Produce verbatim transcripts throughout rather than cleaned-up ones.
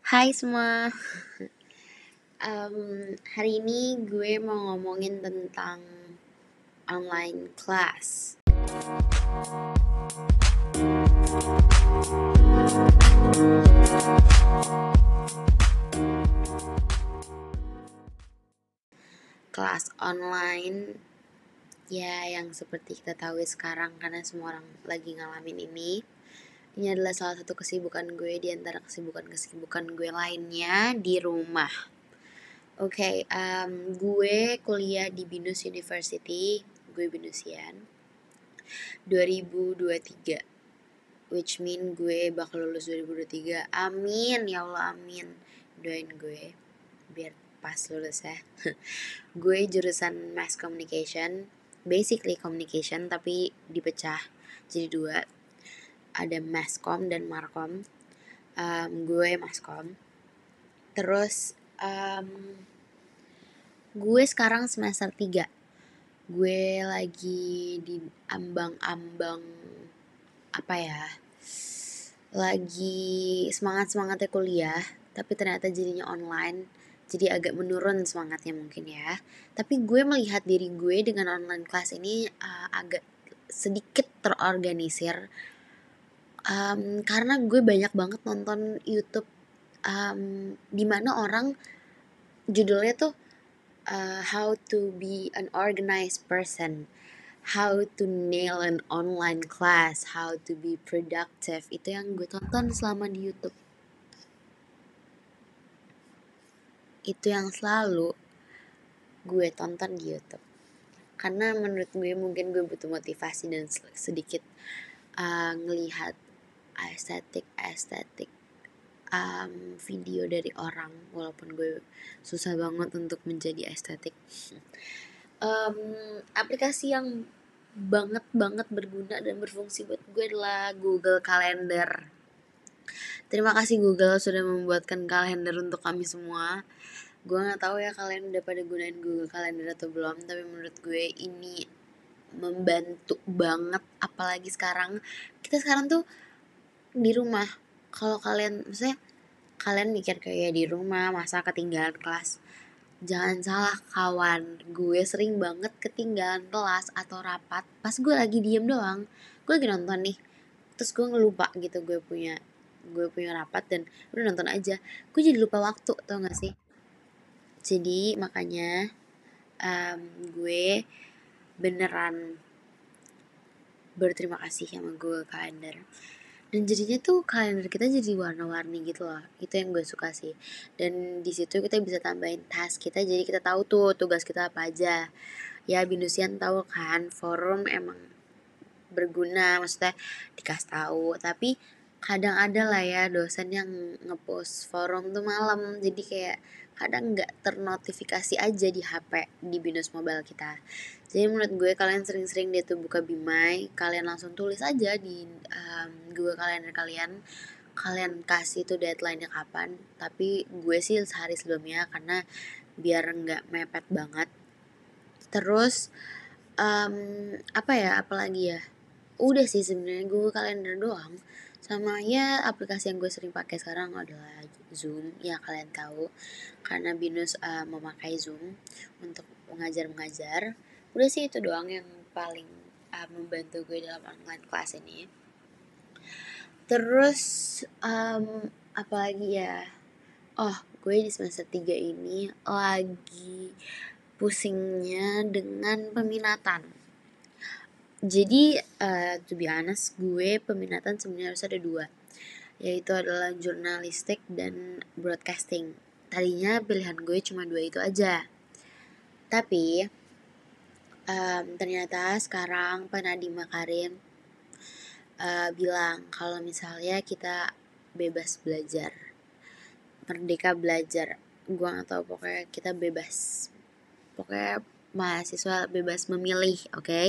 Hai semua, um, hari ini gue mau ngomongin tentang online class. Kelas online, ya yang seperti kita tahu sekarang karena semua orang lagi ngalamin ini. Ini adalah salah satu kesibukan gue di antara kesibukan-kesibukan gue lainnya di rumah. Oke, okay, um, gue kuliah di Binus University, gue Binusian, dua ribu dua puluh tiga, which mean gue bakal lulus dua ribu dua puluh tiga. Amin, ya Allah amin. Doain gue biar pas lulus ya. Gue jurusan Mass Communication, basically communication tapi dipecah jadi dua. Ada Masscom dan Markom. Um, gue Masscom. Terus um, gue sekarang semester tiga. Gue lagi di ambang-ambang apa ya? Lagi semangat-semangatnya kuliah, tapi ternyata jadinya online. Jadi agak menurun semangatnya mungkin ya. Tapi gue melihat diri gue dengan online class ini uh, agak sedikit terorganisir. Um, karena gue banyak banget nonton YouTube um, dimana orang judulnya tuh uh, how to be an organized person, how to nail an online class, how to be productive. Itu yang gue tonton selama di YouTube. Itu yang selalu gue tonton di YouTube. Karena menurut gue mungkin gue butuh motivasi dan sedikit uh, ngelihat estetik-estetik um, video dari orang. Walaupun gue susah banget untuk menjadi estetik. Um, aplikasi yang banget-banget berguna dan berfungsi buat gue adalah Google Calendar. Terima kasih Google sudah membuatkan kalender untuk kami semua. Gue nggak tahu ya kalian udah pada gunain Google Calendar atau belum, tapi menurut gue ini membantu banget. Apalagi sekarang kita sekarang tuh di rumah. Kalau kalian, maksudnya kalian mikir kayak di rumah masa ketinggalan kelas. Jangan salah kawan, gue sering banget ketinggalan kelas atau rapat pas gue lagi diem doang. Gue lagi nonton nih, terus gue ngelupa gitu gue punya gue punya rapat dan udah nonton aja. Gue jadi lupa waktu, tau gak sih? Jadi makanya um, gue beneran berterima kasih sama Google Calendar. Dan jadinya tuh kalender kita jadi warna-warni gitu loh. Itu yang gue suka sih. Dan di situ kita bisa tambahin task kita, jadi kita tahu tuh tugas kita apa aja. Ya Binusian tahu kan, forum emang berguna, maksudnya dikasih tahu. Tapi kadang ada lah ya dosen yang ngepost forum tuh malam, jadi kayak kadang nggak ternotifikasi aja di H P di Binus Mobile kita. Jadi menurut gue kalian sering-sering deh tuh buka Bimai, kalian langsung tulis aja di um, Google Calendar kalian, kalian kasih tuh deadline-nya kapan. Tapi gue sih sehari sebelumnya karena biar nggak mepet banget. Terus um, apa ya, apalagi ya? Udah sih sebenarnya Google Calendar doang. Sama ya aplikasi yang gue sering pakai sekarang adalah Zoom, ya kalian tahu karena Binus uh, memakai Zoom untuk mengajar-mengajar. Udah sih itu doang yang paling uh, membantu gue dalam online class ini. Terus um, apalagi ya? Oh, gue di semester tiga ini lagi pusingnya dengan peminatan. Jadi uh, to be honest, gue peminatan sebenarnya harus ada dua, yaitu adalah jurnalistik dan broadcasting. Tadinya pilihan gue cuma dua itu aja, tapi um, ternyata sekarang Pak Nadiem Makarim uh, bilang kalau misalnya kita bebas belajar, merdeka belajar. Gue nggak tahu, pokoknya kita bebas, pokoknya mahasiswa bebas memilih, oke? Okay?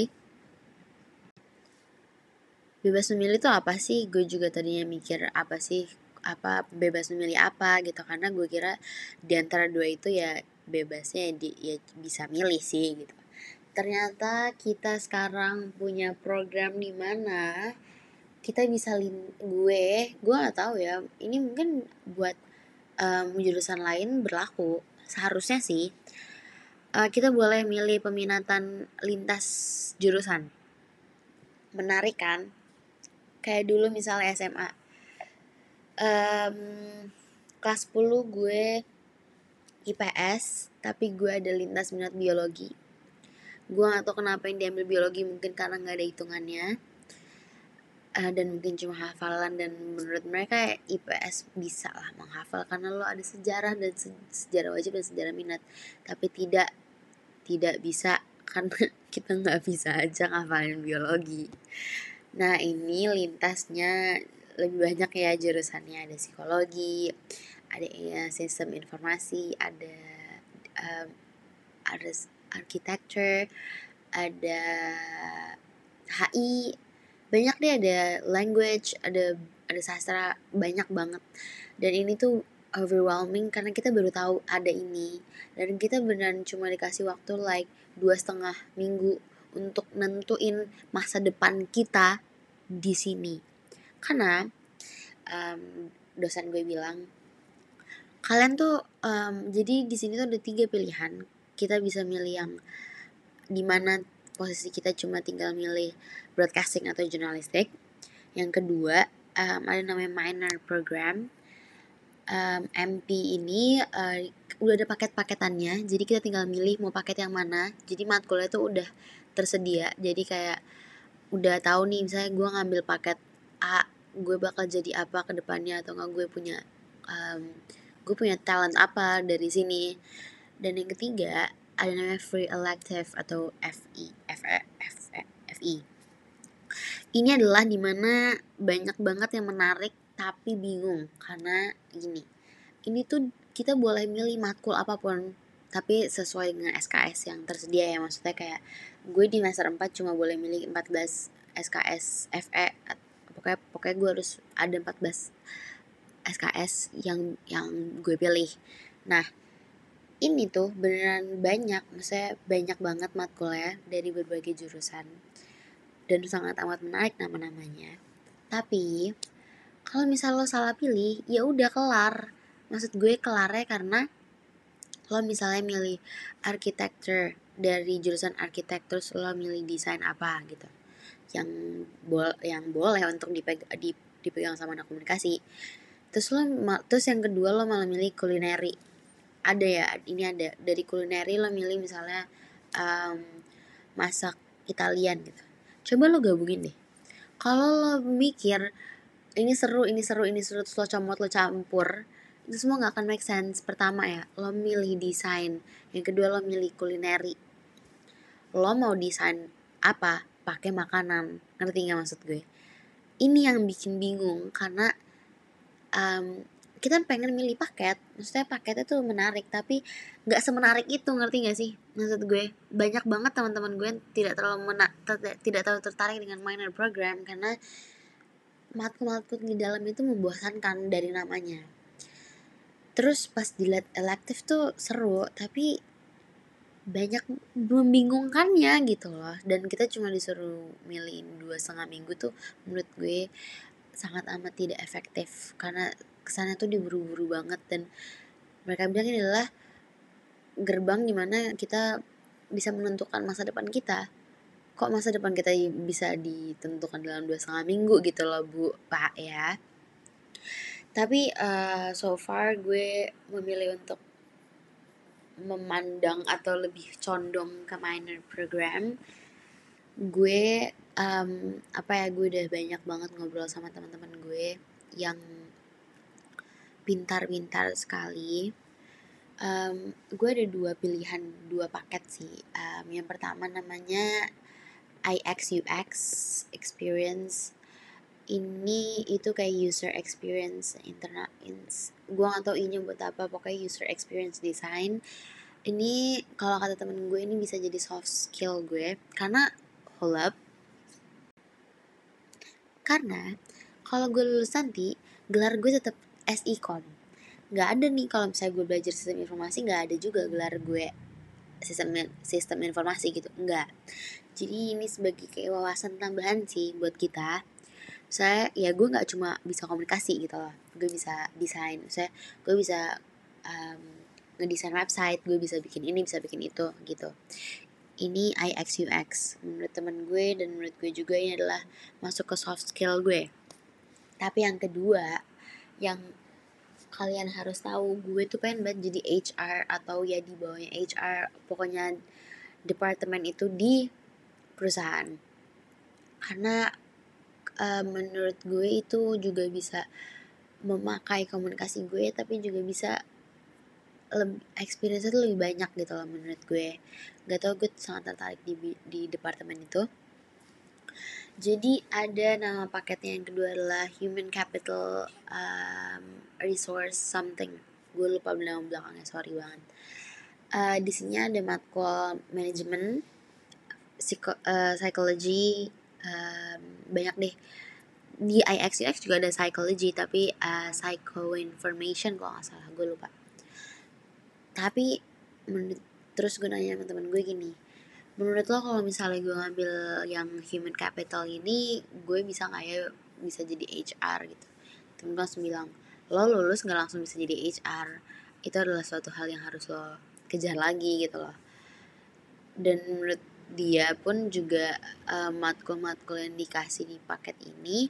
Bebas memilih itu apa sih? Gue juga tadinya mikir apa sih, apa bebas memilih apa gitu, karena gue kira di antara dua itu ya bebasnya di, ya bisa milih sih gitu. Ternyata kita sekarang punya program di mana kita bisa lin- gue gue nggak tahu ya, ini mungkin buat um, jurusan lain berlaku. Seharusnya sih uh, kita boleh milih peminatan lintas jurusan. Menarik kan? Kayak dulu misalnya S M A, um, kelas sepuluh gue I P S, tapi gue ada lintas minat biologi. Gue gak tau kenapa yang diambil biologi, mungkin karena gak ada hitungannya, uh, dan mungkin cuma hafalan, dan menurut mereka I P S bisa lah menghafal karena lo ada sejarah dan sejarah wajib dan sejarah minat. Tapi tidak, tidak bisa karena kita gak bisa aja ngafalin biologi. Nah ini lintasnya lebih banyak ya jurusannya, ada psikologi, ada ya, sistem informasi, ada um, ada architecture, ada H I, banyak deh, ada language, ada ada sastra, banyak banget. Dan ini tuh overwhelming karena kita baru tahu ada ini, dan kita beneran cuma dikasih waktu like dua setengah minggu untuk nentuin masa depan kita di sini. Karena um, dosen gue bilang, kalian tuh um, jadi di sini tuh ada tiga pilihan. Kita bisa milih yang dimana posisi kita cuma tinggal milih broadcasting atau jurnalistik. Yang kedua, um, ada namanya minor program. um, M P ini uh, udah ada paket-paketannya, jadi kita tinggal milih mau paket yang mana. Jadi matkulnya tuh udah tersedia, jadi kayak udah tahu nih, misalnya gue ngambil paket A, gue bakal jadi apa ke depannya, atau enggak gue punya um, gue punya talent apa dari sini. Dan yang ketiga ada namanya free elective atau F I F E, F E, F I. Ini adalah dimana banyak banget yang menarik tapi bingung karena gini, ini tuh kita boleh milih matkul apapun tapi sesuai dengan S K S yang tersedia ya. Maksudnya kayak gue di semester empat cuma boleh milih empat belas S K S F E, pokoknya pokoknya gue harus ada empat belas S K S yang yang gue pilih. Nah ini tuh beneran banyak, maksudnya banyak banget matkulnya dari berbagai jurusan dan sangat amat menarik nama-namanya. Tapi kalau misal lo salah pilih, ya udah kelar. Maksud gue kelarnya karena lo misalnya milih architecture dari jurusan arsitek, terus lo milih desain apa gitu, yang bol yang boleh untuk dipegang, dipegang sama anak komunikasi. Terus lo terus yang kedua lo malah milih kulineri. Ada ya, ini ada dari kulineri lo milih misalnya um, masak Italian gitu. Coba lo gabungin deh. Kalau lo mikir ini seru, ini seru, ini seru, terus lo comot, lo campur, itu semua gak akan make sense. Pertama ya, lo milih desain. Yang kedua lo milih kulineri. Lo mau desain apa? Pakai makanan. Ngerti gak maksud gue? Ini yang bikin bingung karena um, kita pengen milih paket, maksudnya paketnya tuh menarik, tapi nggak semenarik itu, ngerti nggak sih maksud gue? Banyak banget teman-teman gue yang tidak terlalu mena- ter- tidak terlalu tertarik dengan minor program karena matkul-matkul di dalam itu membosankan dari namanya. Terus pas dilihat elective tuh seru, tapi banyak membingungkannya gitu loh, dan kita cuma disuruh milihin dua setengah minggu tuh menurut gue sangat amat tidak efektif karena kesannya tuh diburu-buru banget. Dan mereka bilang ini adalah gerbang dimana kita bisa menentukan masa depan kita. Kok masa depan kita bisa ditentukan dalam dua setengah minggu gitu loh bu, pak ya. Tapi uh, so far gue memilih untuk memandang atau lebih condong ke minor program. Gue um, apa ya, gue udah banyak banget ngobrol sama teman-teman gue yang pintar-pintar sekali. Um, gue ada dua pilihan, dua paket sih. Um, yang pertama namanya I X U X experience. Ini itu kayak user experience internet. Gue gak tau ini buat apa, pokoknya user experience design. Ini kalau kata temen gue ini bisa jadi soft skill gue karena hold up. Karena kalau gue lulus nanti gelar gue tetap S I Kom. Gak ada nih kalau misalnya gue belajar sistem informasi, gak ada juga gelar gue sistem sistem informasi gitu, enggak. Jadi ini sebagai kayak wawasan tambahan sih buat kita. Saya ya gue nggak cuma bisa komunikasi gitu loh, gue bisa desain, saya gue bisa um, ngedesain website, gue bisa bikin ini, bisa bikin itu gitu. Ini I X U X menurut temen gue, dan menurut gue juga ini adalah masuk ke soft skill gue. Tapi yang kedua, yang kalian harus tahu, gue tuh pengen banget jadi H R atau ya di bawahnya H R, pokoknya departemen itu di perusahaan. Karena uh, menurut gue itu juga bisa memakai komunikasi gue, tapi juga bisa lebih experience itu lebih banyak gitu loh menurut gue. Gak tau, gue sangat tertarik di di departemen itu. Jadi ada nama paketnya yang kedua adalah Human Capital um, Resource something. Gue lupa nama belakangnya, sorry banget. Uh, di sini ada matkul manajemen, psiko, uh, psikologi, um, banyak deh. Di I X U X juga ada psychology, tapi uh, psycho information kalau nggak salah, gue lupa. Tapi menurut, terus gue nanya sama temen gue gini, menurut lo kalau misalnya gue ngambil yang human capital ini, gue bisa nggak ya bisa jadi H R gitu. Temen gue langsung bilang, lo lulus nggak langsung bisa jadi H R, itu adalah suatu hal yang harus lo kejar lagi gitu loh. Dan menurut dia pun juga uh, matkul-matkul yang dikasih di paket ini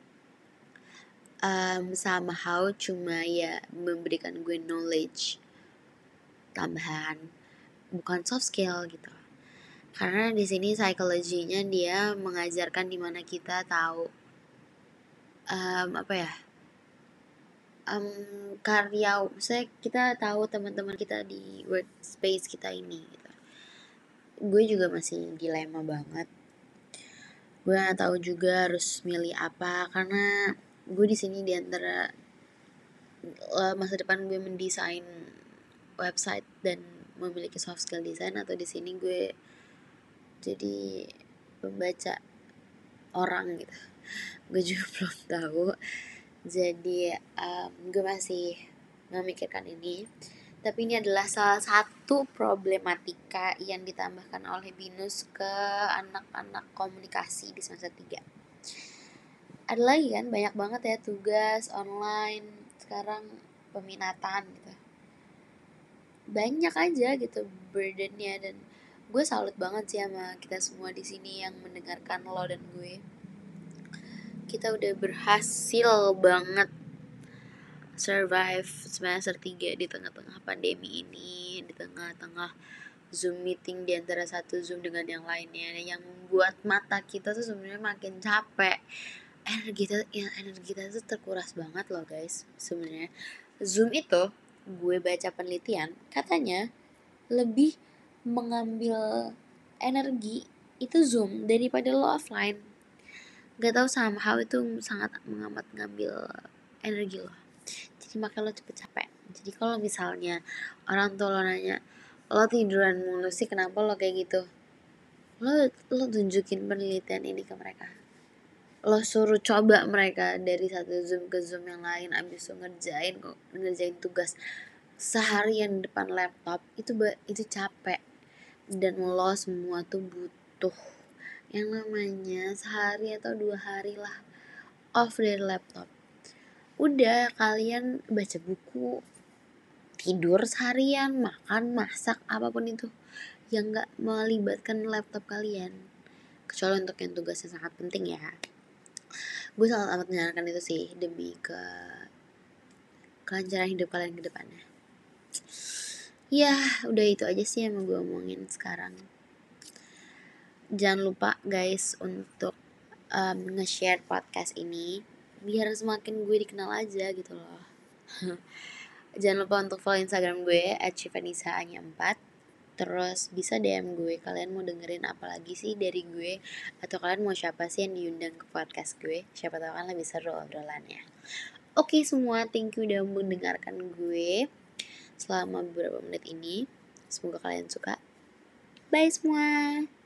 um, somehow cuma ya memberikan gue knowledge tambahan, bukan soft skill gitu. Karena di sini psikologinya dia mengajarkan dimana kita tahu um, apa ya um, karya, saya kita tahu teman-teman kita di workspace kita ini gitu. Gue juga masih dilema banget, gue nggak tahu juga harus milih apa, karena gue di sini di antara uh, masa depan gue mendesain website dan memiliki soft skill design, atau di sini gue jadi pembaca orang gitu. Gue juga belum tahu. Jadi um, gue masih memikirkan ini. Tapi ini adalah salah satu problematika yang ditambahkan oleh BINUS ke anak-anak komunikasi di semester tiga. Ada lagi kan banyak banget ya tugas online sekarang, peminatan gitu. Banyak aja gitu burdennya, dan gue salut banget sih sama kita semua di sini yang mendengarkan lo dan gue. Kita udah berhasil banget survive semester tiga di tengah-tengah pandemi ini, di tengah-tengah Zoom meeting di antara satu Zoom dengan yang lainnya, yang membuat mata kita tuh sebenarnya makin capek. Energi kita, ya, energi kita tuh terkuras banget loh guys. Sebenarnya Zoom itu, gue baca penelitian, katanya lebih mengambil energi itu Zoom daripada lo offline. Gak tau, somehow itu sangat mengamat ngambil energi lo. Jadi makanya lo cepet capek. Jadi kalau misalnya orang tua lo nanya, lo tiduran mulu sih, kenapa lo kayak gitu, Lo lo tunjukin penelitian ini ke mereka. Lo suruh coba mereka dari satu Zoom ke Zoom yang lain, abis itu ngerjain ngerjain tugas seharian depan laptop, itu itu capek. Dan lo semua tuh butuh yang namanya sehari atau dua hari lah off dari laptop. Udah, kalian baca buku, tidur seharian, makan, masak, apapun itu yang gak melibatkan laptop kalian, kecuali untuk yang tugasnya sangat penting ya. Gue sangat amat menyarankan itu sih, demi ke kelancaran hidup kalian ke depannya. Ya udah itu aja sih yang mau gue omongin sekarang. Jangan lupa guys untuk um, nge-share podcast ini biar semakin gue dikenal aja gitu loh. Jangan lupa untuk follow Instagram gue at shivanisa hanya empat. Terus bisa D M gue, kalian mau dengerin apa lagi sih dari gue, atau kalian mau siapa sih yang diundang ke podcast gue. Siapa tahu kan lebih seru obrolannya. Oke semua, thank you udah mendengarkan gue selama beberapa menit ini. Semoga kalian suka. Bye semua.